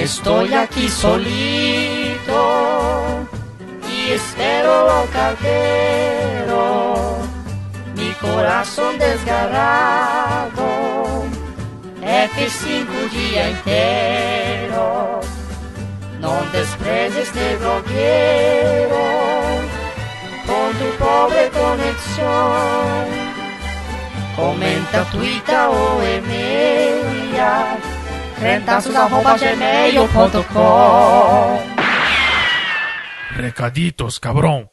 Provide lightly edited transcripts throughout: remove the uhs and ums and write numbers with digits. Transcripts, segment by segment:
Estoy aquí solito y espero al cartero, mi corazón desgarrado, F5 o dia inteiro. Não desprezes este blogueiro con tu pobre conexión. Comenta, tuita ou e-maila crentaços@gmail.com. Recaditos, cabrão.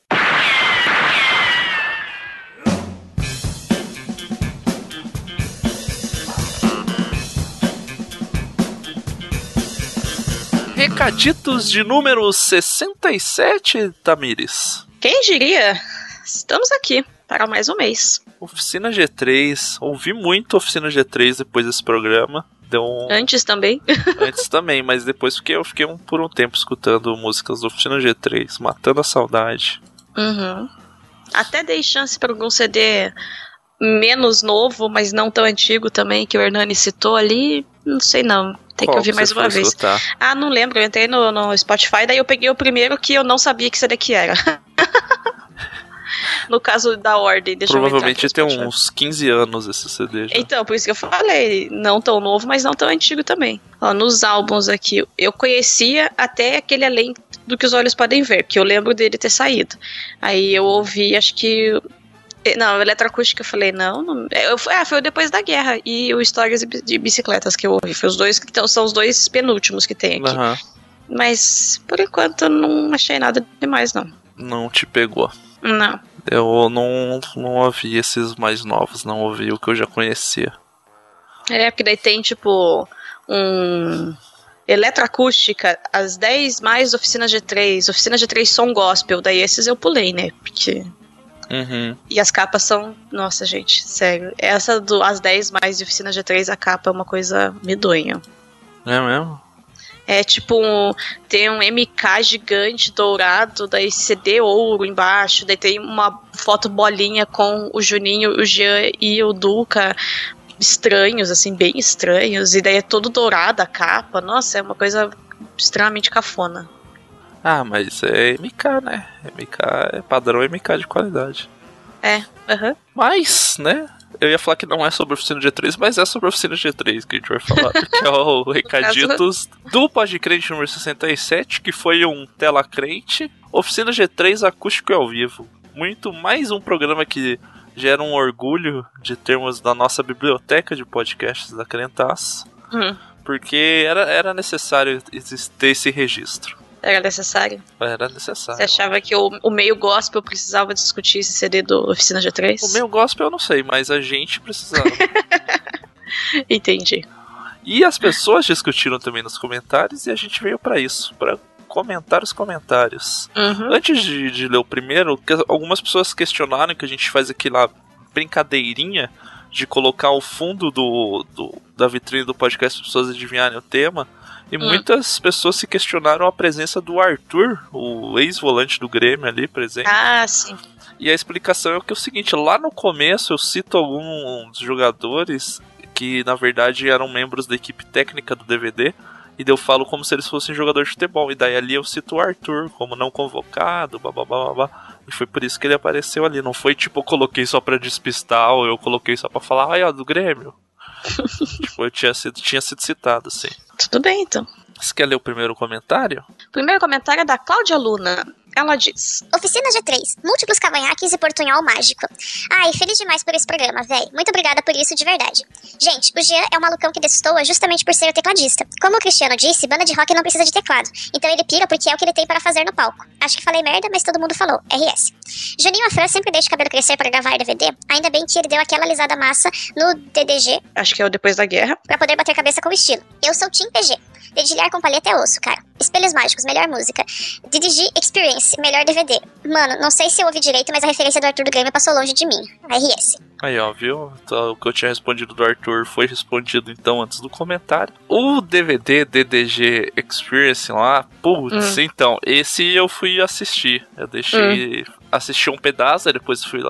Recaditos de número 67, Tamires. Quem diria? Estamos aqui para mais um mês. Oficina G3. Ouvi muito Oficina G3 depois desse programa. Antes também. Antes também, mas depois eu fiquei por um tempo escutando músicas do Oficina G3, matando a saudade. Uhum. Até dei chance para algum CD menos novo, mas não tão antigo também, que o Hernani citou ali. Não sei não. Tem que ouvir mais uma vez. Escutar? Ah, não lembro. Eu entrei no Spotify, daí eu peguei o primeiro que eu não sabia que CD que era. No caso da ordem, deixa provavelmente eu ver. Provavelmente tem uns 15 anos esse CD já. Então, por isso que eu falei, não tão novo, mas não tão antigo também. Ó, nos álbuns aqui, eu conhecia até aquele Além do que os Olhos Podem Ver, que eu lembro dele ter saído. Aí eu ouvi, acho que... Não, Eletroacústica eu falei, não foi o Depois da Guerra e o Histórias de Bicicletas que eu ouvi. Foi os dois, então, são os dois penúltimos que tem aqui. Uhum. Mas, por enquanto, eu não achei nada demais, não. Não te pegou? Não. Eu não ouvi esses mais novos, não ouvi o que eu já conhecia. Porque daí tem, tipo, Eletroacústica, as 10 mais Oficina G3 som gospel, daí esses eu pulei, né, porque... Uhum. E as capas são... Nossa, gente, sério. Essa as 10 mais de Oficina G3, a capa é uma coisa medonha. É mesmo? É tipo, tem um MK gigante dourado, daí CD ouro embaixo, daí tem uma foto bolinha com o Juninho, o Jean e o Duca, estranhos, assim, bem estranhos, e daí é todo dourado a capa. Nossa, é uma coisa extremamente cafona. Ah, mas é MK, né? MK é padrão MK de qualidade. Aham. Mas, né? Eu ia falar que não é sobre a Oficina G3, mas é sobre a Oficina G3 que a gente vai falar. Que é o Recaditos do Podcrente número 67, que foi um Tela Crente. Oficina G3 acústico e ao vivo. Muito mais um programa que gera um orgulho de termos da nossa biblioteca de podcasts da Crentaço. Porque era necessário ter esse registro. Era necessário? Era necessário. Você achava que o meio gospel precisava discutir esse CD do Oficina G3? O meio gospel eu não sei, mas a gente precisava. Entendi. E as pessoas discutiram também nos comentários e a gente veio pra isso, pra comentar os comentários. Uhum. Antes de ler o primeiro, algumas pessoas questionaram que a gente faz aquela brincadeirinha de colocar o fundo da vitrine do podcast para as pessoas adivinharem o tema. E muitas pessoas se questionaram a presença do Arthur, o ex-volante do Grêmio ali presente. Ah, sim. E a explicação é que é o seguinte, lá no começo eu cito alguns jogadores que na verdade eram membros da equipe técnica do DVD, e daí eu falo como se eles fossem jogadores de futebol, e daí ali eu cito o Arthur como não convocado, babá. E foi por isso que ele apareceu ali, não foi tipo eu coloquei só pra despistar, ou eu coloquei só pra falar, ó, do Grêmio. Tipo, eu tinha sido citado, assim. Tudo bem, então. Você quer ler o primeiro comentário? O primeiro comentário é da Cláudia Luna. Ela diz: Oficina G3, múltiplos cavanhaques e portunhol mágico. Ai, feliz demais por esse programa, véi. Muito obrigada por isso de verdade. Gente, o Jean é um malucão que destoa justamente por ser o tecladista. Como o Cristiano disse, banda de rock não precisa de teclado. Então ele pira porque é o que ele tem para fazer no palco. Acho que falei merda, mas todo mundo falou. RS. Juninho Afran sempre deixa o cabelo crescer para gravar DVD. Ainda bem que ele deu aquela alisada massa no DDG. Acho que é o Depois da Guerra. Pra poder bater cabeça com estilo. Eu sou Team PG. Dedilhar com palheta é osso, cara. Espelhos Mágicos, melhor música. DDG Experience, melhor DVD. Mano, não sei se eu ouvi direito, mas a referência do Arthur do Grêmio passou longe de mim. RS. Aí, ó, viu? Então, o que eu tinha respondido do Arthur foi respondido, então, antes do comentário. O DVD DDG Experience lá, putz, então, esse eu fui assistir. Eu deixei... Assisti um pedaço, aí depois fui lá.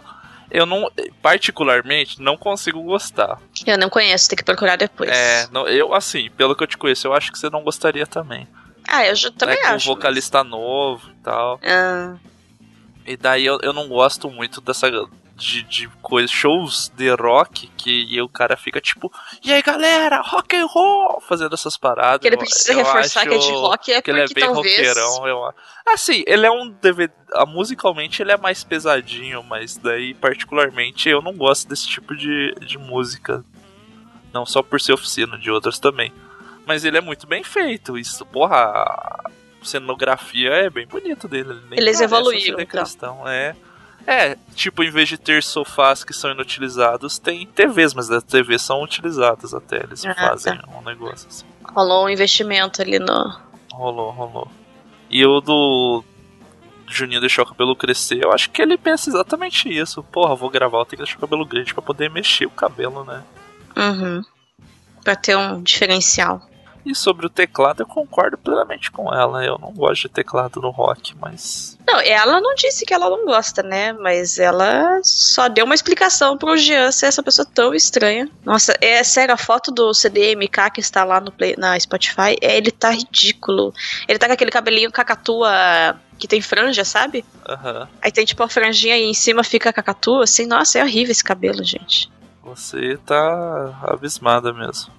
Eu não, particularmente, não consigo gostar. Eu não conheço, tem que procurar depois. Eu, assim, pelo que eu te conheço, eu acho que você não gostaria também. Eu também acho. Com um vocalista novo e tal. E daí eu não gosto muito dessa... De coisas, shows de rock que o cara fica tipo, e aí galera, rock and roll, fazendo essas paradas. Que ele precisa reforçar que é de rock, que ele é bem talvez... roqueirão. Assim, ele é um DVD, musicalmente ele é mais pesadinho, mas daí particularmente eu não gosto desse tipo de música. Não só por ser oficina, de outras também. Mas ele é muito bem feito, isso, porra, a cenografia é bem bonita dele. Eles evoluíram, então. Tipo, em vez de ter sofás que são inutilizados, tem TVs, mas as TVs são utilizadas até, eles fazem um negócio assim. Rolou um investimento ali no... Rolou. E o do Juninho deixar o cabelo crescer, eu acho que ele pensa exatamente isso. Porra, vou gravar, eu tenho que deixar o cabelo grande pra poder mexer o cabelo, né? Pra ter um diferencial. E sobre o teclado, eu concordo plenamente com ela. Eu não gosto de teclado no rock, mas... Não, ela não disse que ela não gosta, né? Mas ela só deu uma explicação pro Jean ser essa pessoa tão estranha. Nossa, é sério, a foto do CDMK que está lá na Spotify, ele tá ridículo. Ele tá com aquele cabelinho cacatua que tem franja, sabe? Aí tem tipo uma franjinha e em cima fica a cacatua, assim. Nossa, é horrível esse cabelo, gente. Você tá abismada mesmo.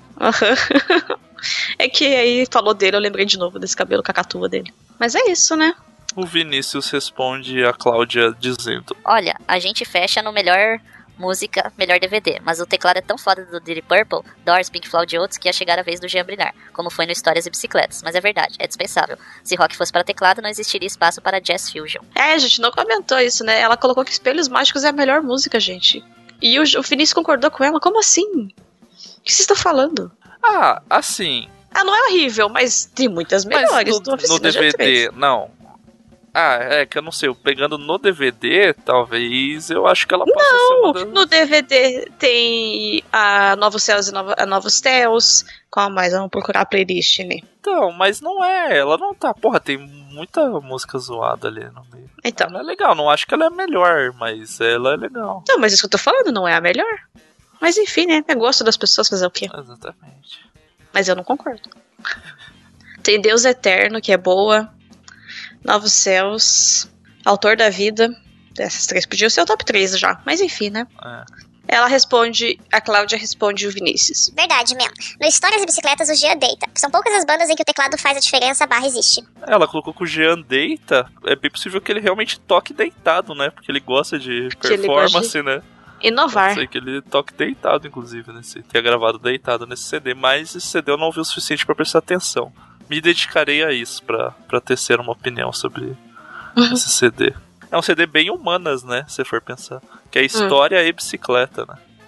É que aí falou dele, eu lembrei de novo desse cabelo cacatua dele. Mas é isso, né? O Vinícius responde a Cláudia dizendo: olha, a gente fecha no melhor música, melhor DVD, mas o teclado é tão foda do Deep Purple, Doors, Pink Floyd e outros que ia chegar a vez do Jean Brinar, como foi no Histórias e Bicicletas. Mas é verdade, é dispensável. Se rock fosse para teclado, não existiria espaço para jazz fusion. A gente não comentou isso, né? Ela colocou que Espelhos Mágicos é a melhor música, gente. E o Vinícius concordou com ela. Como assim? O que vocês estão falando? Assim... não é horrível, mas tem muitas melhores no DVD, não. É que eu não sei, pegando no DVD, talvez eu acho que ela possa ser uma das... No DVD tem a Novos Céus e a Novos Céus. Qual mais? Vamos procurar a playlist, né? Então, mas não é, ela não tá... Porra, tem muita música zoada ali no meio. Então. Ela é legal, não acho que ela é a melhor, mas ela é legal. Não, mas isso que eu tô falando não é a melhor. Mas enfim, né? É gosto das pessoas fazer o quê? Exatamente. Mas eu não concordo. Tem Deus Eterno, que é boa. Novos Céus. Autor da Vida. Essas três podiam ser o top 3 já. Mas enfim, né? Ela responde, a Cláudia responde o Vinícius. Verdade mesmo. No Histórias e Bicicletas, o Jean deita. São poucas as bandas em que o teclado faz a diferença, / existe. Ela colocou que o Jean deita. É bem possível que ele realmente toque deitado, né? Porque ele gosta de performance, né? Inovar. Eu sei que ele toque deitado, inclusive, né? Tenha gravado deitado nesse CD, mas esse CD eu não ouvi o suficiente pra prestar atenção. Me dedicarei a isso, pra tecer uma opinião sobre esse CD. É um CD bem humanas, né? Se for pensar. Que é história e bicicleta,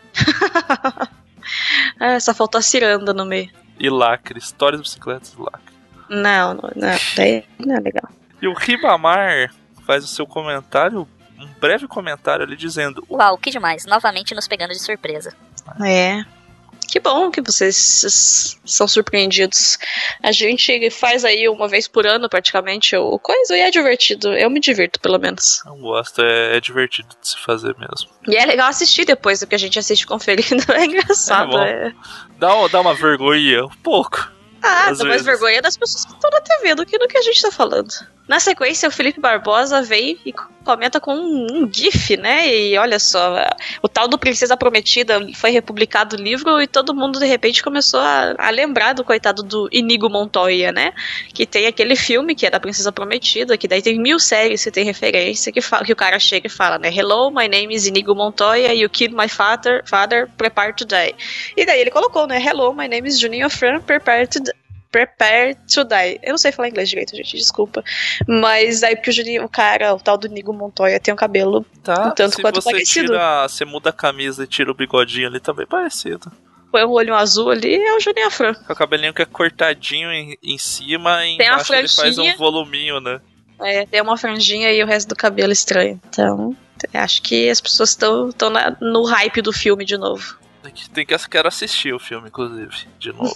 né? Só faltou a ciranda no meio. E lacre. Histórias, bicicletas e lacre. Não. Daí não é legal. E o Ribamar faz o seu comentário, um breve comentário ali dizendo: uau, que demais, novamente nos pegando de surpresa. Que bom que vocês são surpreendidos. A gente faz aí uma vez por ano praticamente o coisa e é divertido. Eu me divirto, pelo menos. Eu gosto, é divertido de se fazer mesmo. E é legal assistir depois do que a gente assiste conferindo. É engraçado. Dá uma vergonha, um pouco. Dá mais vergonha das pessoas que estão na TV do que no que a gente tá falando. Na sequência, o Felipe Barbosa vem e comenta com um gif, né? E olha só, o tal do Princesa Prometida foi republicado o livro e todo mundo, de repente, começou a lembrar do coitado do Inigo Montoya, né? Que tem aquele filme que é da Princesa Prometida, que daí tem 1000 séries que tem referência, que o cara chega e fala, né? Hello, my name is Inigo Montoya, you killed my father, prepare to die. E daí ele colocou, né? Hello, my name is Juninho Fran, prepare to die. Eu não sei falar inglês direito, gente, desculpa. Mas aí porque o tal do Inigo Montoya tem um cabelo um tanto quanto parecido. Você muda a camisa e tira o bigodinho ali, também parecido. Põe um olho azul ali, é o Juninho Afran. Com o cabelinho que é cortadinho em cima e embaixo ele faz um voluminho, né? Tem uma franjinha e o resto do cabelo estranho. Então, acho que as pessoas estão no hype do filme de novo. Quero assistir o filme, inclusive, de novo.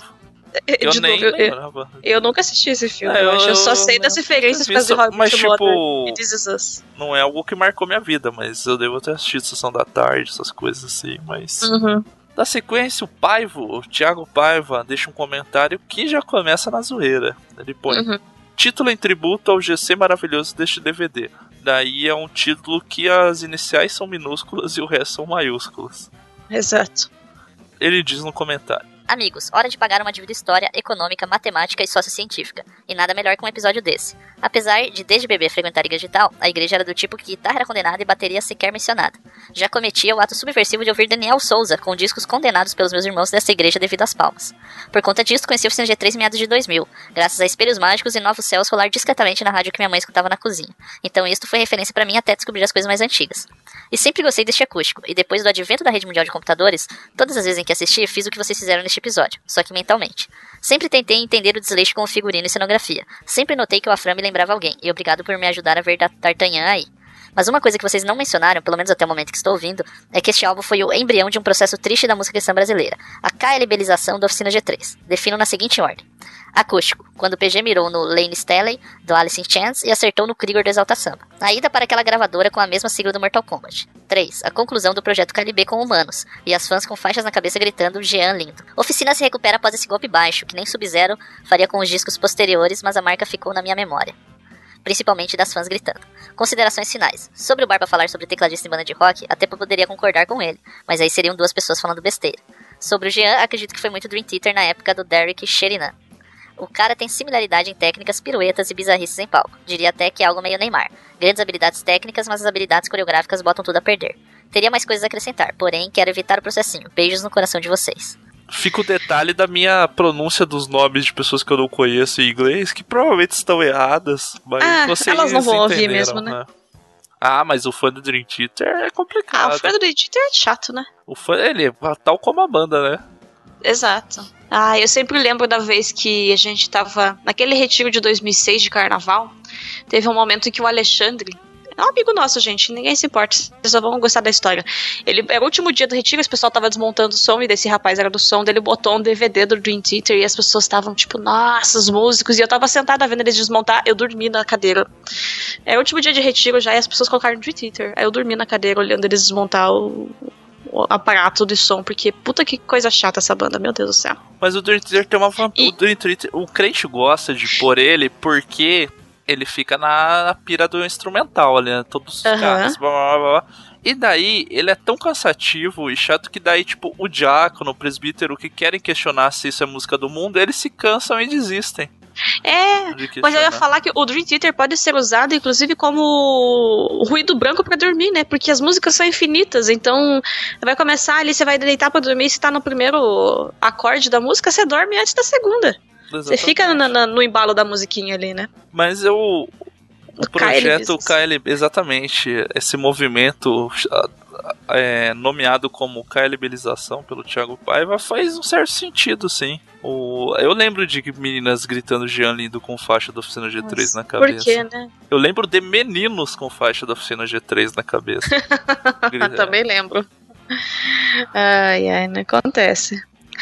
Eu nem lembrava. Eu nunca assisti esse filme. Eu só sei das referências para The Hobbit, mas tipo, e This Is Us. Não é algo que marcou minha vida, mas eu devo ter assistido Sessão da Tarde, essas coisas assim, mas... Na sequência, o Paivo, o Thiago Paiva, deixa um comentário que já começa na zoeira. Ele põe: título em tributo ao GC maravilhoso deste DVD. Daí é um título que as iniciais são minúsculas e o resto são maiúsculas. Exato. Ele diz no comentário: amigos, hora de pagar uma dívida história, econômica, matemática e sociocientífica. E nada melhor que um episódio desse. Apesar de desde bebê frequentar a igreja e tal, a igreja era do tipo que guitarra era condenada e bateria sequer mencionada. Já cometia o ato subversivo de ouvir Daniel Souza com discos condenados pelos meus irmãos dessa igreja devido às palmas. Por conta disso, conheci o Oficina G3 em meados de 2000, graças a Espelhos Mágicos e Novos Céus rolar discretamente na rádio que minha mãe escutava na cozinha. Então isto foi referência pra mim até descobrir as coisas mais antigas. E sempre gostei deste acústico, e depois do advento da rede mundial de computadores, todas as vezes em que assisti, fiz o que vocês fizeram neste episódio, só que mentalmente. Sempre tentei entender o desleixo com o figurino e cenografia. Sempre notei que o Afram me lembrava alguém, e obrigado por me ajudar a ver D'Artagnan aí. Mas uma coisa que vocês não mencionaram, pelo menos até o momento que estou ouvindo, é que este álbum foi o embrião de um processo triste da música cristã brasileira, a KLBização da Oficina G3. Defino na seguinte ordem: acústico, quando o PG mirou no Lane Staley, do Alice in Chains, e acertou no Krigor do Exalta Samba. A ida para aquela gravadora com a mesma sigla do Mortal Kombat. 3. A conclusão do projeto KLB com humanos, e as fãs com faixas na cabeça gritando Jean lindo. Oficina se recupera após esse golpe baixo, que nem Sub-Zero faria com os discos posteriores, mas a marca ficou na minha memória. Principalmente das fãs gritando. Considerações finais. Sobre o Barba falar sobre tecladista em banda de rock, até poderia concordar com ele, mas aí seriam duas pessoas falando besteira. Sobre o Jean, acredito que foi muito Dream Theater na época do Derek Sheridan. O cara tem similaridade em técnicas, piruetas e bizarrices em palco. Diria até que é algo meio Neymar. Grandes habilidades técnicas, mas as habilidades coreográficas botam tudo a perder. Teria mais coisas a acrescentar, porém quero evitar o processinho. Beijos no coração de vocês. Fica o detalhe da minha pronúncia dos nomes de pessoas que eu não conheço em inglês, que provavelmente estão erradas, mas vocês elas não vão ouvir mesmo, né? Ah, mas o fã do Dream Theater é complicado. O fã do Dream Theater é chato, né? O fã, ele é tal como a banda, né? Exato. Eu sempre lembro da vez que a gente tava naquele retiro de 2006 de carnaval. Teve um momento em que o Alexandre, é um amigo nosso, gente, ninguém se importa, vocês só vão gostar da história. Era o último dia do retiro, o pessoal tava desmontando o som, e desse rapaz era do som, dele botou um DVD do Dream Theater, e as pessoas estavam tipo, nossa, os músicos, e eu tava sentada vendo eles desmontar, eu dormi na cadeira. Era o último dia de retiro já, e as pessoas colocaram Dream Theater, aí eu dormi na cadeira olhando eles desmontar o aparato de som, porque puta que coisa chata essa banda, meu Deus do céu. Mas o Dream Theater tem uma vantagem, o crente gosta de pôr ele, porque ele fica na pira do instrumental ali, né? Todos os caras, blá, blá, blá. E daí, ele é tão cansativo e chato que daí, tipo, o diácono, o presbítero que querem questionar se isso é música do mundo, eles se cansam e desistem. Mas eu ia falar que o Dream Theater pode ser usado, inclusive, como ruído branco pra dormir, né? Porque as músicas são infinitas, então vai começar ali, você vai deitar pra dormir, se tá no primeiro acorde da música, você dorme antes da segunda. Exatamente. Você fica no embalo da musiquinha ali, né? Mas o projeto KLB, exatamente, esse movimento nomeado como KLBização pelo Thiago Paiva faz um certo sentido, sim. Eu lembro de meninas gritando Jean lindo com faixa da Oficina G3 na cabeça. Por quê, né? Eu lembro de meninos com faixa da Oficina G3 na cabeça. Também lembro. Ai, não acontece.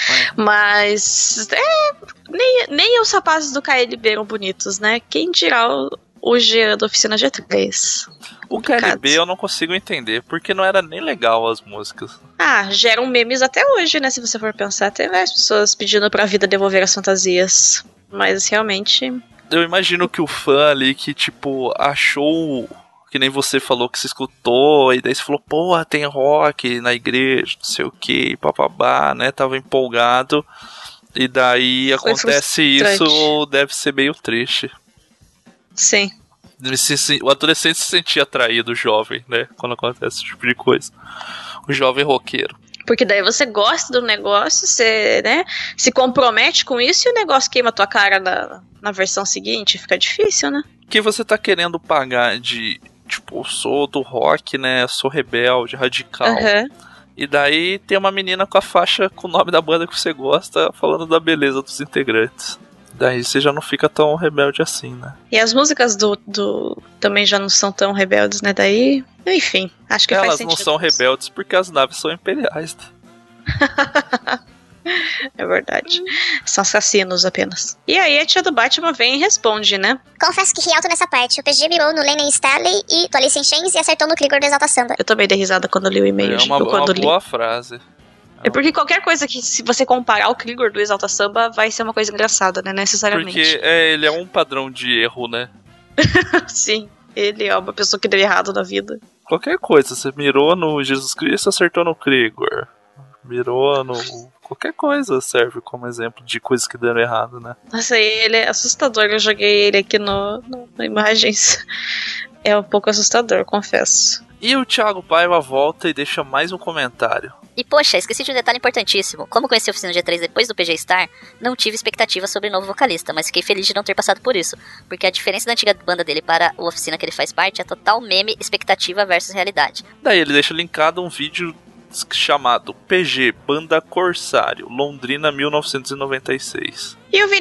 Mas nem os rapazes do KLB eram bonitos, né? Quem dirá o Jean da Oficina G3? O KLB eu não consigo entender, porque não era nem legal as músicas. Geram memes até hoje, né? Se você for pensar, tem várias pessoas pedindo pra vida devolver as fantasias. Mas realmente... Eu imagino que o fã ali que, tipo, achou... Que nem você falou que se escutou, e daí você falou, porra, tem rock na igreja, não sei o que, papabá, né? Tava empolgado. E daí acontece isso, deve ser meio triste. Sim. O adolescente se sentia atraído, o jovem, né? Quando acontece esse tipo de coisa. O jovem roqueiro. Porque daí você gosta do negócio, você, né, se compromete com isso e o negócio queima a tua cara na versão seguinte, fica difícil, né? O que você tá querendo pagar de... Tipo, eu sou do rock, né? Eu sou rebelde, radical. E daí tem uma menina com a faixa com o nome da banda que você gosta, falando da beleza dos integrantes. Daí você já não fica tão rebelde assim, né? E as músicas do também já não são tão rebeldes, né? Daí, enfim, acho que faz sentido. Elas não são rebeldes porque as naves são imperiais, né? É verdade. São assassinos apenas. E aí a tia do Batman vem e responde, né? Confesso que ri alto nessa parte. O PG mirou no Lennon Staley e do Alice in Chains e acertou no Krigor do Exalta Samba. Eu também dei risada quando li o e-mail. É uma boa frase. É porque qualquer coisa que, se você comparar o Krigor do Exalta Samba, vai ser uma coisa engraçada, né? Necessariamente. Porque ele é um padrão de erro, né? Sim, ele é uma pessoa que deu errado na vida. Qualquer coisa, você mirou no Jesus Cristo, acertou no Krigor. Mirou no... Qualquer coisa serve como exemplo de coisas que deram errado, né? Nossa, ele é assustador. Eu joguei ele aqui no Imagens. É um pouco assustador, confesso. E o Thiago Paiva volta e deixa mais um comentário. E poxa, esqueci de um detalhe importantíssimo. Como conheci a Oficina G3 depois do PG Star, não tive expectativa sobre o novo vocalista, mas fiquei feliz de não ter passado por isso. Porque a diferença da antiga banda dele para a Oficina que ele faz parte é total meme, expectativa versus realidade. Daí ele deixa linkado um vídeo chamado PG Banda Corsário, Londrina 1996. E o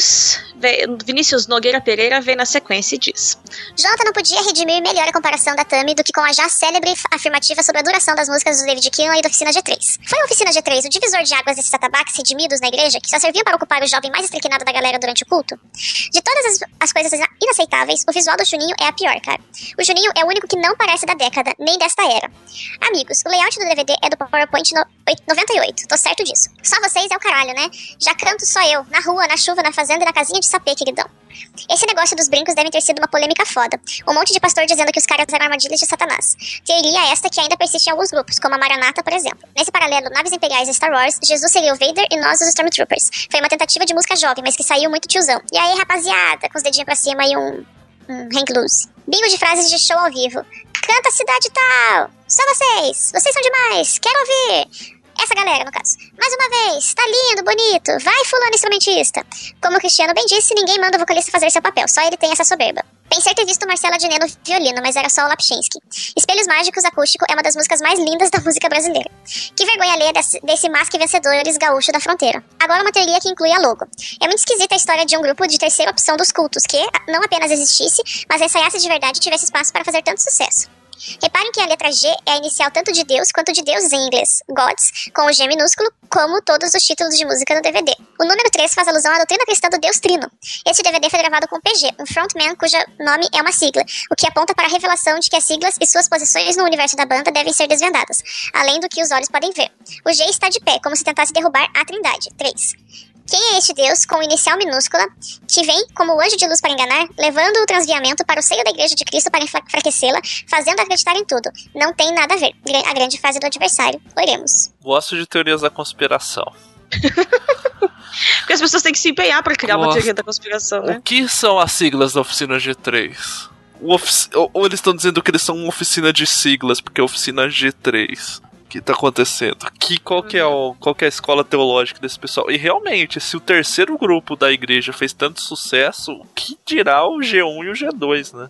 Vinícius Nogueira Pereira vem na sequência e diz: Jonathan não podia redimir melhor a comparação da Tami do que com a já célebre afirmativa sobre a duração das músicas do David Keelan e da Oficina G3. Foi a Oficina G3 o divisor de águas desses atabaques redimidos na igreja que só serviam para ocupar o jovem mais estrequinado da galera durante o culto? De todas as coisas inaceitáveis, o visual do Juninho é a pior, cara. O Juninho é o único que não parece da década, nem desta era. Amigos, o layout do DVD é do PowerPoint 98, tô certo disso. Só vocês é o caralho, né? Já canto só eu, na rua, na chuva, na fazenda e na casinha de sapê, queridão. Esse negócio dos brincos deve ter sido uma polêmica foda. Um monte de pastor dizendo que os caras eram armadilhas de Satanás. Teoria esta que ainda persiste em alguns grupos, como a Maranata, por exemplo. Nesse paralelo, naves imperiais e Star Wars, Jesus seria o Vader e nós os Stormtroopers. Foi uma tentativa de música jovem, mas que saiu muito tiozão. E aí, rapaziada, com os dedinhos pra cima e um hang loose. Bingo de frases de show ao vivo. Canta cidade tal. Só vocês. Vocês são demais. Quero ouvir. Essa galera, no caso. Mais uma vez, tá lindo, bonito. Vai, fulano instrumentista. Como o Cristiano bem disse, ninguém manda o vocalista fazer seu papel. Só ele tem essa soberba. Pensei ter visto Marcela Diné no violino, mas era só o Lapchinsky. Espelhos Mágicos Acústico é uma das músicas mais lindas da música brasileira. Que vergonha alheia desse masque vencedores gaúcho da fronteira. Agora uma teoria que inclui a logo. É muito esquisita a história de um grupo de terceira opção dos cultos, que não apenas existisse, mas ensaiasse de verdade e tivesse espaço para fazer tanto sucesso. Reparem que a letra G é a inicial tanto de Deus quanto de deuses em inglês, gods, com o G minúsculo, como todos os títulos de música no DVD. O número 3 faz alusão à doutrina cristã do Deus Trino. Este DVD foi gravado com PG, um frontman cujo nome é uma sigla, o que aponta para a revelação de que as siglas e suas posições no universo da banda devem ser desvendadas, além do que os olhos podem ver. O G está de pé, como se tentasse derrubar a Trindade. 3. Quem é este Deus, com inicial minúscula, que vem como o anjo de luz para enganar, levando o transviamento para o seio da igreja de Cristo para enfraquecê-la, fazendo acreditar em tudo? Não tem nada a ver. A grande fase do adversário. Oremos. Gosto de teorias da conspiração. Porque as pessoas têm que se empenhar para criar uma teoria da conspiração, né? O que são as siglas da Oficina G3? Ou eles estão dizendo que eles são uma oficina de siglas, porque é Oficina G3. O que tá acontecendo? Qual que é a escola teológica desse pessoal? E realmente, se o terceiro grupo da igreja fez tanto sucesso, o que dirá o G1 e o G2, né?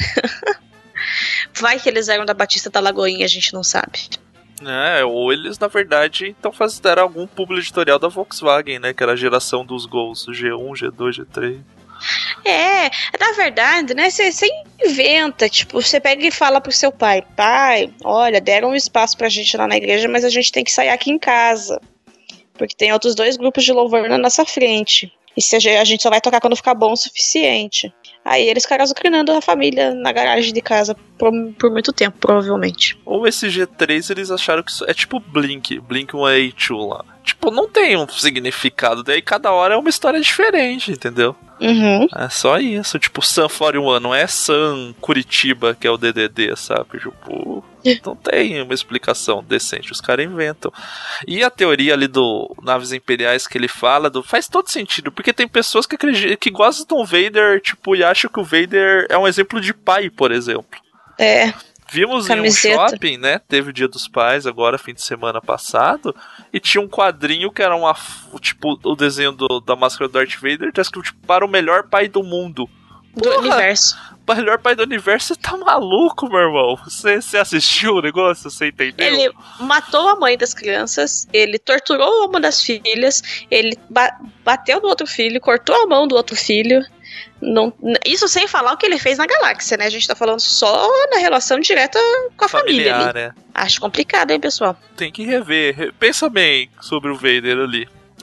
Vai que eles eram da Batista da Lagoinha, a gente não sabe. Ou eles, na verdade, então fizeram algum público editorial da Volkswagen, né? Que era a geração dos Gols, G1, G2, G3. Na verdade, né, você inventa, tipo, você pega e fala pro seu pai, olha, deram um espaço pra gente lá na igreja, mas a gente tem que sair aqui em casa, porque tem outros 2 grupos de louvor na nossa frente, e se a gente só vai tocar quando ficar bom o suficiente. Aí eles ficaram azucrinando a família na garagem de casa por muito tempo, provavelmente. Ou esse G3, eles acharam que isso é tipo Blink 182 lá. Tipo, não tem um significado, daí cada hora é uma história diferente, entendeu? Uhum. É só isso, tipo, Sun 41, não é Sun Curitiba, que é o DDD, sabe? Tipo, não tem uma explicação decente, os caras inventam. E a teoria ali do Naves Imperiais que ele fala, faz todo sentido, porque tem pessoas que gostam do Vader, tipo, e acham que o Vader é um exemplo de pai, por exemplo. Vimos camiseta. Em um shopping, né? Teve o Dia dos Pais, agora, fim de semana passado, e tinha um quadrinho que era tipo, o desenho da máscara do Darth Vader, tá escrito, tipo, para o melhor pai do mundo. Do universo. Melhor pai do universo, você tá maluco, meu irmão? Você assistiu o negócio? Você entendeu? Ele matou a mãe das crianças, ele torturou uma das filhas, ele bateu no outro filho, cortou a mão do outro filho. Não, isso sem falar o que ele fez na galáxia, né? A gente tá falando só na relação direta com a família ali. Acho complicado, hein, pessoal? Tem que rever. Pensa bem sobre o Vader ali.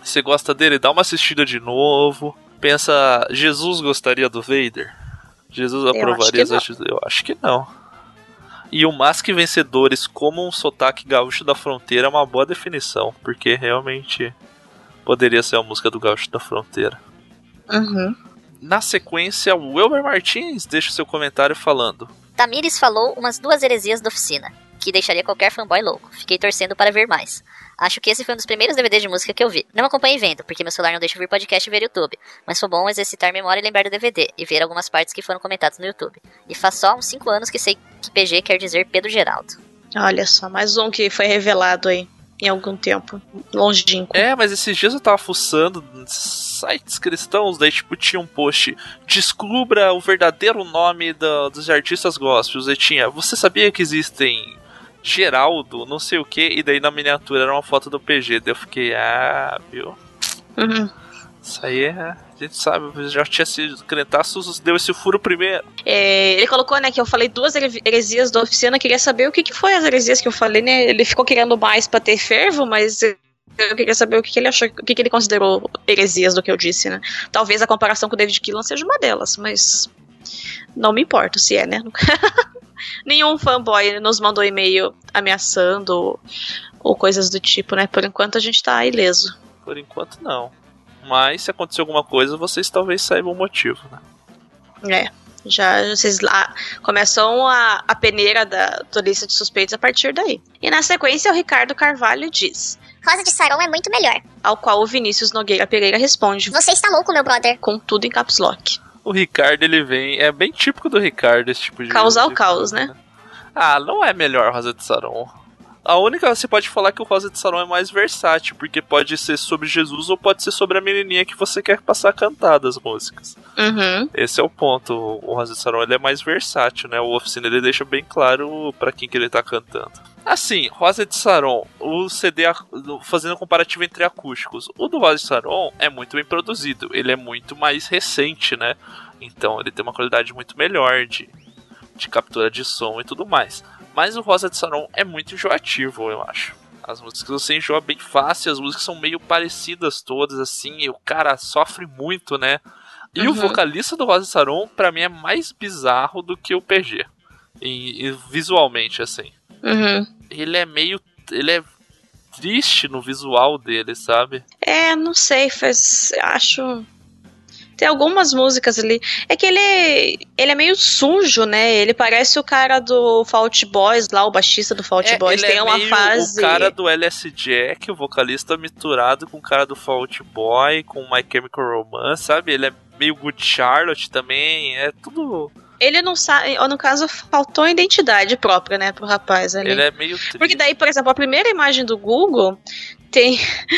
Você gosta dele? Dá uma assistida de novo. Pensa, Jesus gostaria do Vader? Jesus aprovaria as atitudes? Eu acho que não. E o Mask Vencedores como um sotaque gaúcho da fronteira é uma boa definição, porque realmente poderia ser a música do Gaúcho da Fronteira. Uhum. Na sequência, o Wilber Martins deixa seu comentário falando: Tamires falou umas 2 heresias da oficina, que deixaria qualquer fanboy louco. Fiquei torcendo para ver mais. Acho que esse foi um dos primeiros DVDs de música que eu vi. Não acompanhei vendo, porque meu celular não deixa vir podcast e ver YouTube. Mas foi bom exercitar a memória e lembrar do DVD, e ver algumas partes que foram comentadas no YouTube. E faz só uns 5 anos que sei que PG quer dizer Pedro Geraldo. Olha só, mais um que foi revelado aí em algum tempo, longínquo. Mas esses dias eu tava fuçando sites cristãos, daí tipo tinha um post: descubra o verdadeiro nome dos artistas gospels. E tinha: você sabia que existem Geraldo, não sei o que, e daí na miniatura era uma foto do PG. Daí eu fiquei, viu? Uhum. Isso aí a gente sabe, já tinha sido Crentaços, deu esse furo primeiro. Ele colocou, né, que eu falei 2 heresias da oficina, queria saber o que foi as heresias que eu falei, né? Ele ficou querendo mais pra ter fervo, mas eu queria saber o que ele achou, o que ele considerou heresias do que eu disse, né? Talvez a comparação com o David Gillan seja uma delas, mas não me importa se é, né? Nenhum fanboy nos mandou e-mail ameaçando ou coisas do tipo, né? Por enquanto a gente tá ileso. Por enquanto não. Mas se acontecer alguma coisa, vocês talvez saibam o motivo, né? Já vocês lá começam a peneira da lista de suspeitos a partir daí. E na sequência o Ricardo Carvalho diz: Rosa de Saron é muito melhor. Ao qual o Vinícius Nogueira Pereira responde: Você está louco, meu brother. Com tudo em caps lock. O Ricardo, ele vem... É bem típico do Ricardo esse tipo de... Causar o caos, né? Não é melhor Rosa de Saron. A única, você pode falar que o Rosa de Saron é mais versátil, porque pode ser sobre Jesus ou pode ser sobre a menininha que você quer passar a cantar das músicas. Uhum. Esse é o ponto. O Rosa de Saron, ele é mais versátil, né? O Oficina, ele deixa bem claro pra quem que ele tá cantando. Assim, Rosa de Saron, o CD, fazendo um comparativo entre acústicos, o do Rosa de Saron é muito bem produzido, ele é muito mais recente, né? Então ele tem uma qualidade muito melhor de captura de som e tudo mais. Mas o Rosa de Saron é muito enjoativo, eu acho. As músicas você enjoa bem fácil, as músicas são meio parecidas todas, assim, e o cara sofre muito, né? E o vocalista do Rosa de Saron, pra mim, é mais bizarro do que o PG. E visualmente, assim. Uhum. Ele é triste no visual dele, sabe? Não sei, acho... Tem algumas músicas ali. É que ele é meio sujo, né? Ele parece o cara do Fault Boys lá, o baixista do Fault Boys. Tem uma fase... o cara do LS Jack, o vocalista misturado com o cara do Fault Boy, com My Chemical Romance, sabe? Ele é meio Good Charlotte também, é tudo... Ele não sabe, ou no caso, faltou identidade própria, né, pro rapaz ali. Ele é meio triste. Porque daí, por exemplo, a primeira imagem do Google tem...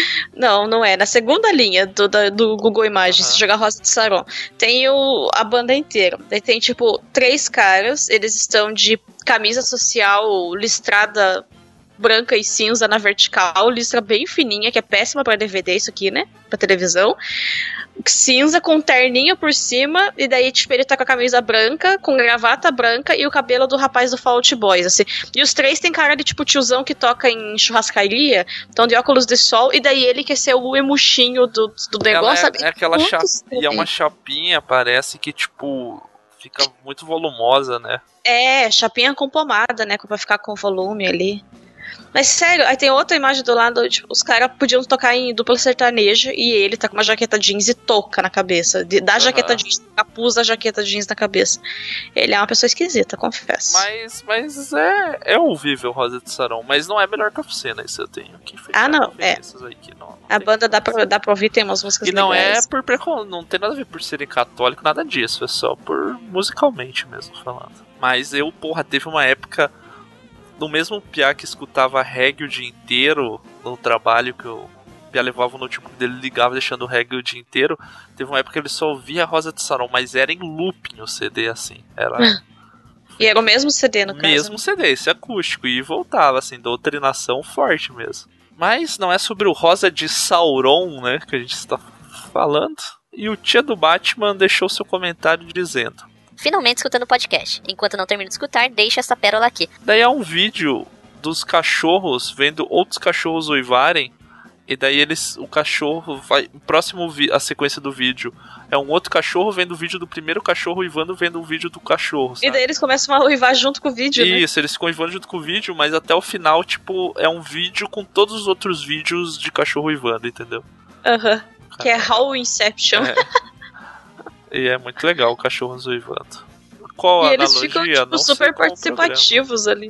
Não é. Na segunda linha do Google Imagens, se jogar Rosa de Saron, tem a banda inteira. Daí tem, tipo, 3 caras, eles estão de camisa social listrada branca e cinza na vertical, listra bem fininha, que é péssima pra DVD isso aqui, né, pra televisão. Cinza com um terninho por cima, e daí, tipo, ele tá com a camisa branca, com gravata branca e o cabelo do rapaz do Fault Boys, assim. E os 3 tem cara de, tipo, tiozão que toca em churrascaria, estão de óculos de sol, e daí ele quer ser o emuxinho do negócio, sabe? É aquela e é uma chapinha, parece que, tipo, fica muito volumosa, né? Chapinha com pomada, né, pra ficar com volume ali. Mas sério, aí tem outra imagem do lado, tipo, os caras podiam tocar em dupla sertaneja e ele tá com uma jaqueta jeans e touca na cabeça. Da jaqueta jeans, capuz da jaqueta jeans na cabeça. Ele é uma pessoa esquisita, confesso. Mas é ouvível Rosa de Saron, mas não é melhor que a Oficina, isso eu tenho que não, a banda dá pra ouvir, tem umas músicas legais. E não é por preconceito, não tem nada a ver por serem católico, nada disso, é só por musicalmente mesmo falando. Mas teve uma época... No mesmo piá que escutava reggae o dia inteiro no trabalho, que o piá levava o notebook dele, ligava deixando o reggae o dia inteiro, teve uma época que ele só ouvia Rosa de Saron, mas era em looping o CD, assim. E era o mesmo CD, no caso? Mesmo CD, esse acústico, e voltava, assim, doutrinação forte mesmo. Mas não é sobre o Rosa de Sauron, né, que a gente está falando. E o tia do Batman deixou seu comentário dizendo: finalmente escutando o podcast. Enquanto não termino de escutar, deixa essa pérola aqui. Daí é um vídeo dos cachorros vendo outros cachorros uivarem E daí o cachorro vai. Próximo a sequência do vídeo é um outro cachorro vendo o vídeo do primeiro cachorro uivando vendo o vídeo do cachorro. Sabe? E daí eles começam a uivar junto com o vídeo, né? Isso, eles ficam uivando junto com o vídeo, mas até o final, tipo, é um vídeo com todos os outros vídeos de cachorro uivando, entendeu? Aham. Que é How Inception. E é muito legal o cachorro uivando. Qual a eles analogia? ficam, tipo, não super participativos ali.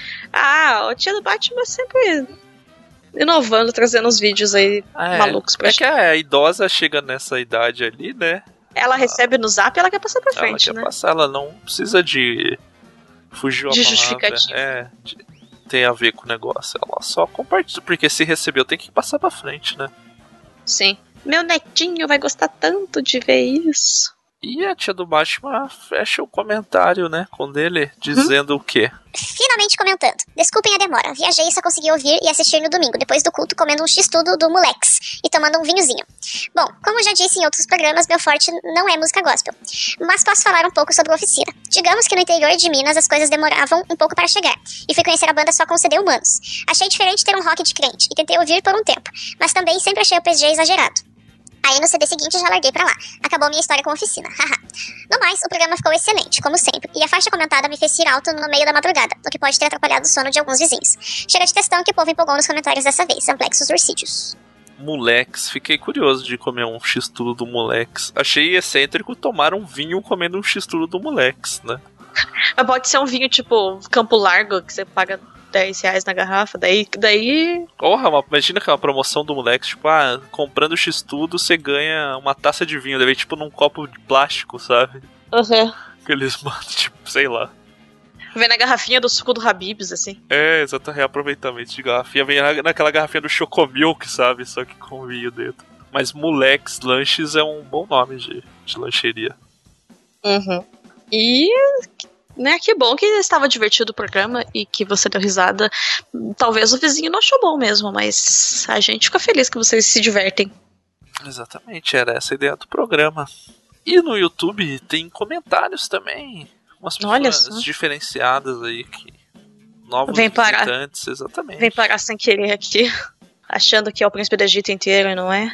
O Tia do Batman sempre inovando, trazendo uns vídeos aí malucos pra gente. Que a idosa chega nessa idade ali, né? Ela recebe no zap e ela quer passar pra frente, ela né? Quer passar, ela não precisa de fugir de justificativa. Tem a ver com o negócio. Ela só compartilha, porque se recebeu tem que passar pra frente, né? Sim. Meu netinho vai gostar tanto de ver isso. E a tia do Batman fecha o comentário, né, com dele, dizendo o quê? Finalmente comentando. Desculpem a demora. Viajei e só consegui ouvir e assistir no domingo, depois do culto, comendo um x-tudo do Molex e tomando um vinhozinho. Bom, como já disse em outros programas, meu forte não é música gospel. Mas posso falar um pouco sobre a oficina. Digamos que no interior de Minas as coisas demoravam um pouco para chegar, e fui conhecer a banda só com CD Humanos. Achei diferente ter um rock de crente, e tentei ouvir por um tempo, mas também sempre achei o PG exagerado. Aí no CD seguinte já larguei pra lá. Acabou minha história com a oficina. Haha. No mais, o programa ficou excelente, como sempre. E a faixa comentada me fez rir alto no meio da madrugada, o que pode ter atrapalhado o sono de alguns vizinhos. Chega de textão que o povo empolgou nos comentários dessa vez. Amplexos Ursídeos. Moleques, fiquei curioso de comer um x-tudo do Moleques. Achei excêntrico tomar um vinho comendo um x-tudo do Moleques, né? Mas pode ser um vinho tipo Campo Largo, que você paga R$10 na garrafa, daí... Porra, imagina que é uma promoção do Moleques, tipo, comprando x-tudo você ganha uma taça de vinho, deve tipo num copo de plástico, sabe? Uhum. Que eles mandam, tipo, sei lá. Vem na garrafinha do suco do Habib's, assim. Exato, reaproveitamento de garrafinha. Vem naquela garrafinha do Chocomilk, sabe? Só que com vinho dentro. Mas Moleques Lanches é um bom nome de lancheria. Uhum. E... né, que bom que estava divertido o programa e que você deu risada. Talvez o vizinho não achou bom mesmo, mas a gente fica feliz que vocês se divertem. Exatamente, era essa a ideia do programa. E no YouTube tem comentários também. Umas pessoas diferenciadas aí, novos visitantes, exatamente. Vem parar sem querer aqui, achando que é o príncipe do Egito inteiro, não é?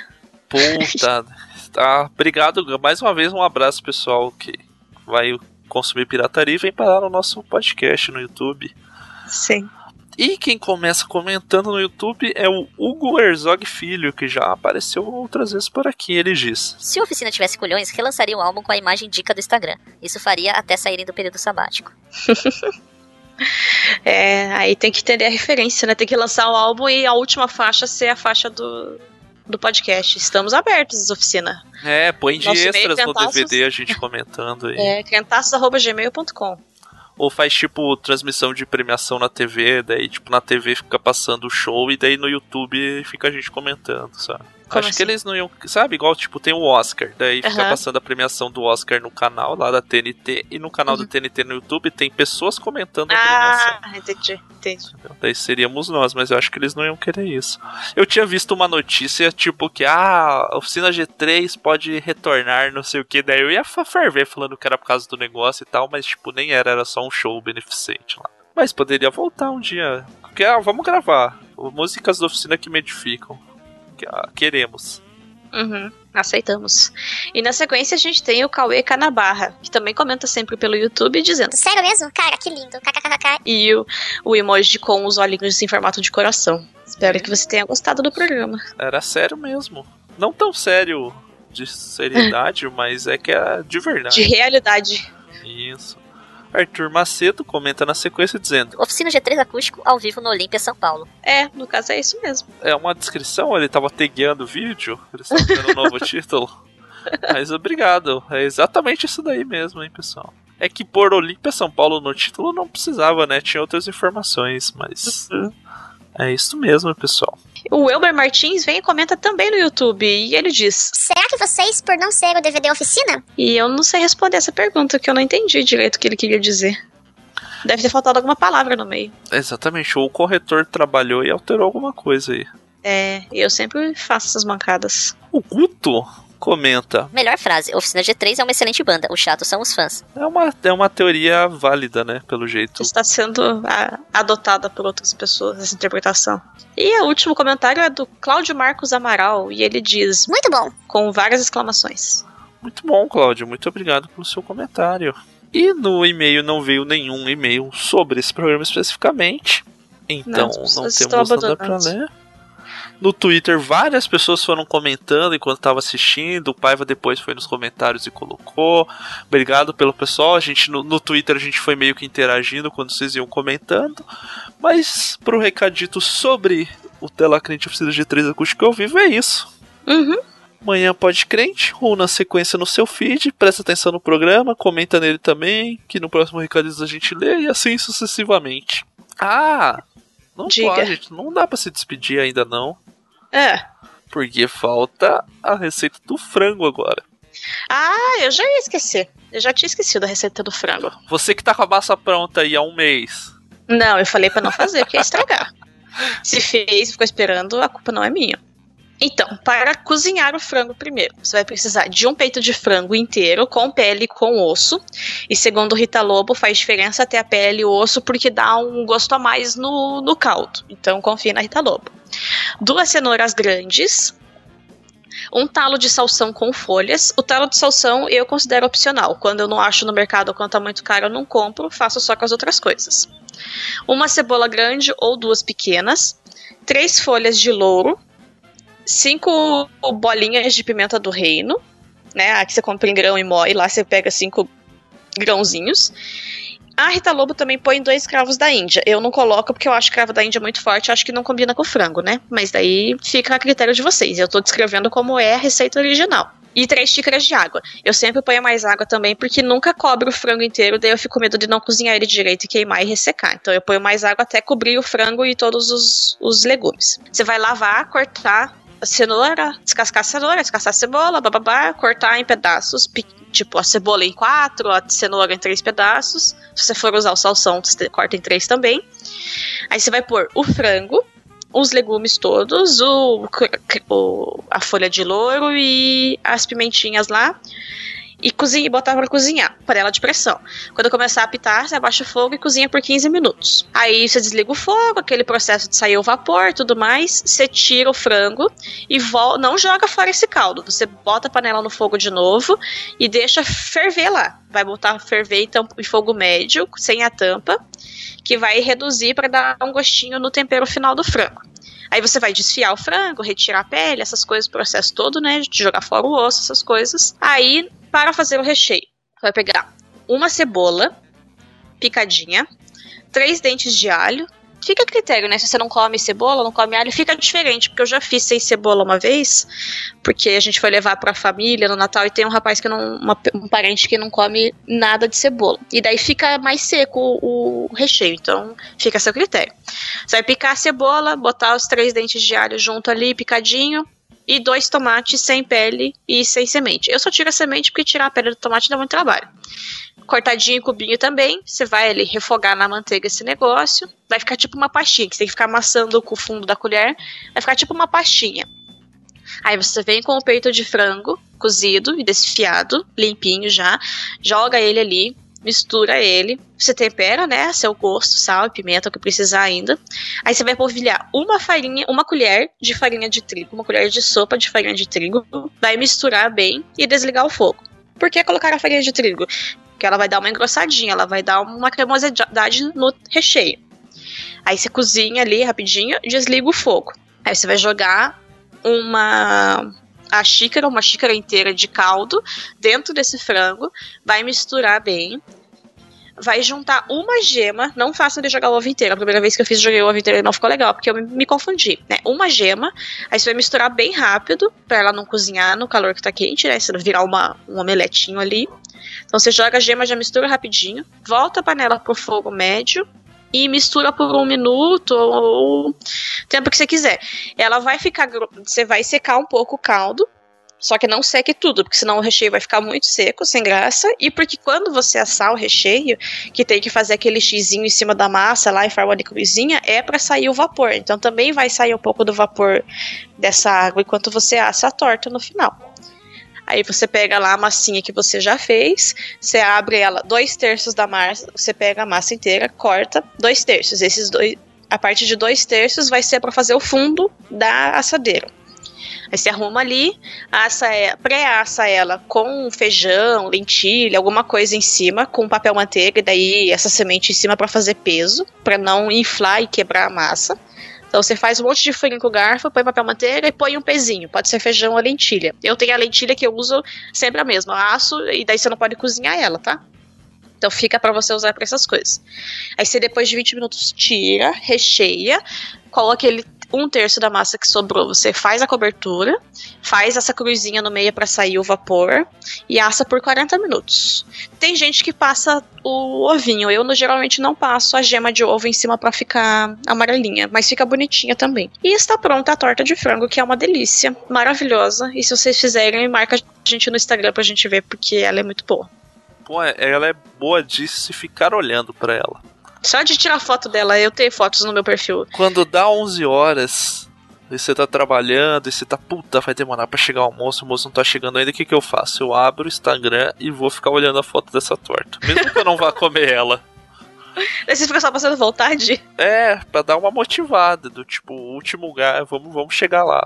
Puta, obrigado, mais uma vez um abraço pessoal que vai consumir pirataria e vem parar no nosso podcast no YouTube. Sim. E quem começa comentando no YouTube é o Hugo Herzog Filho, que já apareceu outras vezes por aqui. Ele diz: se a oficina tivesse culhões, relançaria o álbum com a imagem dica do Instagram. Isso faria até saírem do período sabático. Aí tem que entender a referência, né? Tem que lançar o álbum e a última faixa ser a faixa do podcast. Estamos abertos, oficina. Põe de extras no DVD a gente comentando aí. crentaços@gmail.com. Ou faz tipo transmissão de premiação na TV, daí tipo na TV fica passando o show e daí no YouTube fica a gente comentando, sabe? Acho que eles não iam, sabe, igual tipo tem o Oscar, daí fica passando a premiação do Oscar no canal lá da TNT e no canal da TNT no YouTube tem pessoas comentando a premiação. Entendi. Daí seríamos nós, mas eu acho que eles não iam querer isso. Eu tinha visto uma notícia tipo que a oficina G3 pode retornar, não sei o que, daí eu ia ferver falando que era por causa do negócio e tal, mas tipo nem era só um show beneficente lá. Mas poderia voltar um dia, porque vamos gravar músicas da oficina que me edificam. Queremos. Aceitamos. E na sequência a gente tem o Cauê Canabarra, que também comenta sempre pelo YouTube dizendo: sério mesmo? Cara, que lindo. KKKK. E o emoji com os olhinhos em formato de coração. Espero que você tenha gostado do programa. Era sério mesmo. Não tão sério de seriedade, mas é que é de verdade. De realidade. Isso. Arthur Macedo comenta na sequência dizendo: Oficina G3 acústico ao vivo no Olímpia, São Paulo. No caso é isso mesmo. É uma descrição, ele tava tagueando o vídeo, eles estão dando um novo título. Mas obrigado, é exatamente isso daí mesmo, hein, pessoal. É que pôr Olímpia, São Paulo no título não precisava, né, tinha outras informações, mas é isso mesmo, pessoal. O Elber Martins vem e comenta também no YouTube, e ele diz: será que vocês, por não ser o DVD Oficina? E eu não sei responder essa pergunta, que eu não entendi direito o que ele queria dizer. Deve ter faltado alguma palavra no meio. Exatamente, ou o corretor trabalhou e alterou alguma coisa aí. Eu sempre faço essas mancadas. O Guto comenta: melhor frase, Oficina G3 é uma excelente banda, os chatos são os fãs. É uma teoria válida, né, pelo jeito. Está sendo adotada por outras pessoas, essa interpretação. E o último comentário é do Cláudio Marcos Amaral, e ele diz: muito bom, com várias exclamações. Muito bom, Cláudio, muito obrigado pelo seu comentário. E no e-mail não veio nenhum e-mail sobre esse programa especificamente, então não temos nada pra ler. No Twitter, várias pessoas foram comentando enquanto estava assistindo. O Paiva depois foi nos comentários e colocou. Obrigado pelo pessoal. A gente, no Twitter a gente foi meio que interagindo quando vocês iam comentando. Mas pro recadito sobre o Tela Crente Oficina G3 Acústico ao Vivo é isso. Amanhã pode crente, ou na sequência no seu feed. Presta atenção no programa, comenta nele também, que no próximo recadito a gente lê, e assim sucessivamente. Não pode, gente, não dá pra se despedir ainda não. Porque falta a receita do frango agora. Eu já ia esquecer. Eu já tinha esquecido a receita do frango. Você que tá com a massa pronta aí há um mês. Não, eu falei pra não fazer, porque ia estragar. Se fez, ficou esperando, a culpa não é minha. Então, para cozinhar o frango primeiro, você vai precisar de um peito de frango inteiro, com pele e com osso. E segundo Rita Lobo, faz diferença ter a pele e o osso, porque dá um gosto a mais no caldo. Então, confie na Rita Lobo. 2 cenouras grandes, um talo de salsão com folhas. O talo de salsão eu considero opcional. Quando eu não acho no mercado ou quando tá muito caro, eu não compro, faço só com as outras coisas. Uma cebola grande ou 2 pequenas, 3 folhas de louro, 5 bolinhas de pimenta do reino, né? Aqui você compra em grão e moe, lá você pega 5 grãozinhos. A Rita Lobo também põe 2 cravos da Índia. Eu não coloco porque eu acho cravo da Índia muito forte, eu acho que não combina com frango, né? Mas daí fica a critério de vocês. Eu tô descrevendo como é a receita original. E 3 xícaras de água. Eu sempre ponho mais água também, porque nunca cobre o frango inteiro, daí eu fico com medo de não cozinhar ele direito e queimar e ressecar. Então eu ponho mais água até cobrir o frango e todos os legumes. Você vai lavar, cortar a cenoura, descascar a cebola, cortar em pedaços, tipo a cebola em 4, a cenoura em 3 pedaços. Se você for usar o salsão, você corta em 3 também. Aí você vai pôr o frango, os legumes todos, a folha de louro e as pimentinhas lá. E botar pra cozinhar, panela de pressão. Quando começar a apitar, você abaixa o fogo e cozinha por 15 minutos. Aí você desliga o fogo, aquele processo de sair o vapor e tudo mais. Você tira o frango e não joga fora esse caldo. Você bota a panela no fogo de novo e deixa ferver lá. Vai botar ferver então, em fogo médio, sem a tampa, que vai reduzir para dar um gostinho no tempero final do frango. Aí você vai desfiar o frango, retirar a pele, essas coisas, o processo todo, né? De jogar fora o osso, essas coisas. Aí, para fazer o recheio, você vai pegar uma cebola picadinha, 3 dentes de alho. Fica a critério, né? Se você não come cebola, não come alho, fica diferente. Porque eu já fiz sem cebola uma vez, porque a gente foi levar pra família no Natal e tem um rapaz que um parente que não come nada de cebola. E daí fica mais seco o recheio, então fica a seu critério. Você vai picar a cebola, botar os 3 dentes de alho junto ali, picadinho, e 2 tomates sem pele e sem semente. Eu só tiro a semente porque tirar a pele do tomate dá muito trabalho. Cortadinho em cubinho também, você vai ali refogar na manteiga esse negócio, vai ficar tipo uma pastinha, que você tem que ficar amassando com o fundo da colher, vai ficar tipo uma pastinha. Aí você vem com o peito de frango cozido e desfiado, limpinho já, joga ele ali, mistura ele, você tempera, né, a seu gosto, sal e pimenta, o que precisar ainda. Aí você vai polvilhar uma colher de farinha de trigo, uma colher de sopa de farinha de trigo, vai misturar bem e desligar o fogo. Por que colocar a farinha de trigo? Porque ela vai dar uma engrossadinha, ela vai dar uma cremosidade no recheio. Aí você cozinha ali rapidinho e desliga o fogo. Aí você vai jogar uma xícara inteira de caldo dentro desse frango, vai misturar bem, vai juntar uma gema, não faça de jogar o ovo inteiro. A primeira vez que eu fiz, joguei o ovo inteiro e não ficou legal, porque eu me confundi, né? Uma gema, aí você vai misturar bem rápido, pra ela não cozinhar no calor que tá quente, né? Você vai virar um omeletinho ali. Então você joga a gema, já mistura rapidinho, volta a panela pro fogo médio e mistura por 1 minuto ou o tempo que você quiser. Ela vai ficar, você vai secar um pouco o caldo, só que não seque tudo, porque senão o recheio vai ficar muito seco, sem graça. E porque quando você assar o recheio, que tem que fazer aquele xizinho em cima da massa lá em forma de cruzinha, é para sair o vapor. Então também vai sair um pouco do vapor dessa água enquanto você assa a torta no final. Aí você pega lá a massinha que você já fez, você abre ela 2/3 da massa, você pega a massa inteira, corta 2/3. A parte de 2/3 vai ser para fazer o fundo da assadeira. Aí você arruma ali, pré-assa ela com feijão, lentilha, alguma coisa em cima, com papel manteiga, e daí essa semente em cima para fazer peso, para não inflar e quebrar a massa. Então você faz um monte de furinho com o garfo, põe papel manteiga e põe um pezinho. Pode ser feijão ou lentilha. Eu tenho a lentilha que eu uso sempre a mesma. Eu asso e daí você não pode cozinhar ela, tá? Então fica pra você usar pra essas coisas. Aí você depois de 20 minutos tira, recheia, coloca aquele 1/3 da massa que sobrou, você faz a cobertura, faz essa cruzinha no meio pra sair o vapor e assa por 40 minutos. Tem gente que passa o ovinho, eu geralmente não passo a gema de ovo em cima pra ficar amarelinha, mas fica bonitinha também. E está pronta a torta de frango, que é uma delícia, maravilhosa, e se vocês fizerem, marca a gente no Instagram pra gente ver, porque ela é muito boa. Pô, ela é boa de se ficar olhando pra ela. Só de tirar foto dela, eu tenho fotos no meu perfil. Quando dá 11 horas e você tá trabalhando e você tá, puta, vai demorar pra chegar o almoço não tá chegando ainda, o que eu faço? Eu abro o Instagram e vou ficar olhando a foto dessa torta, mesmo que eu não vá comer ela. Daí você fica só passando vontade? É, pra dar uma motivada, do tipo, o último lugar, vamos chegar lá.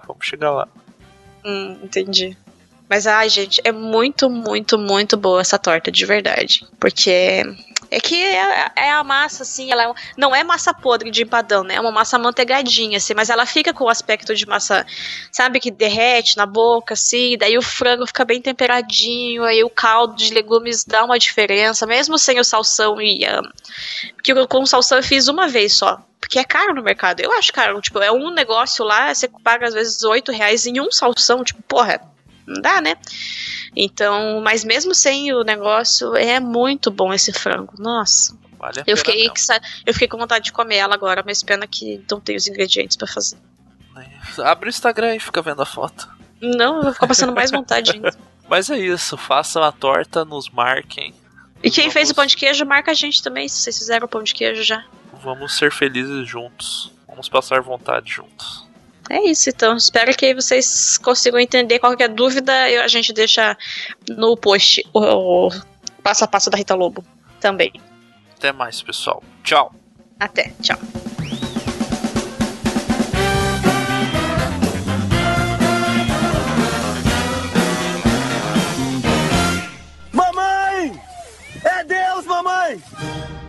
Entendi. Mas, ai, gente, é muito, muito, muito boa essa torta, de verdade. Porque é que é a massa, assim, ela não é massa podre de empadão, né? É uma massa manteigadinha, assim, mas ela fica com o aspecto de massa, sabe, que derrete na boca, assim, daí o frango fica bem temperadinho, aí o caldo de legumes dá uma diferença, mesmo sem o salsão porque com o salsão eu fiz uma vez só. Porque é caro no mercado. Eu acho caro. Tipo, é um negócio lá, você paga às vezes R$8 em um salsão. Tipo, porra, não dá, né? Então, mas mesmo sem o negócio, é muito bom esse frango. Nossa. Vale a eu pena fiquei com vontade de comer ela agora, mas pena que não tem os ingredientes pra fazer. Abre o Instagram e fica vendo a foto. Não, eu vou ficar passando mais vontade ainda. Mas é isso, façam a torta, nos marquem. E quem fez o pão de queijo, marca a gente também, se vocês fizeram o pão de queijo já. Vamos ser felizes juntos. Vamos passar vontade juntos. É isso, então. Espero que vocês consigam entender. Qualquer dúvida, a gente deixa no post o passo a passo da Rita Lobo também. Até mais, pessoal. Tchau. Até, tchau. Mamãe! É Deus, mamãe!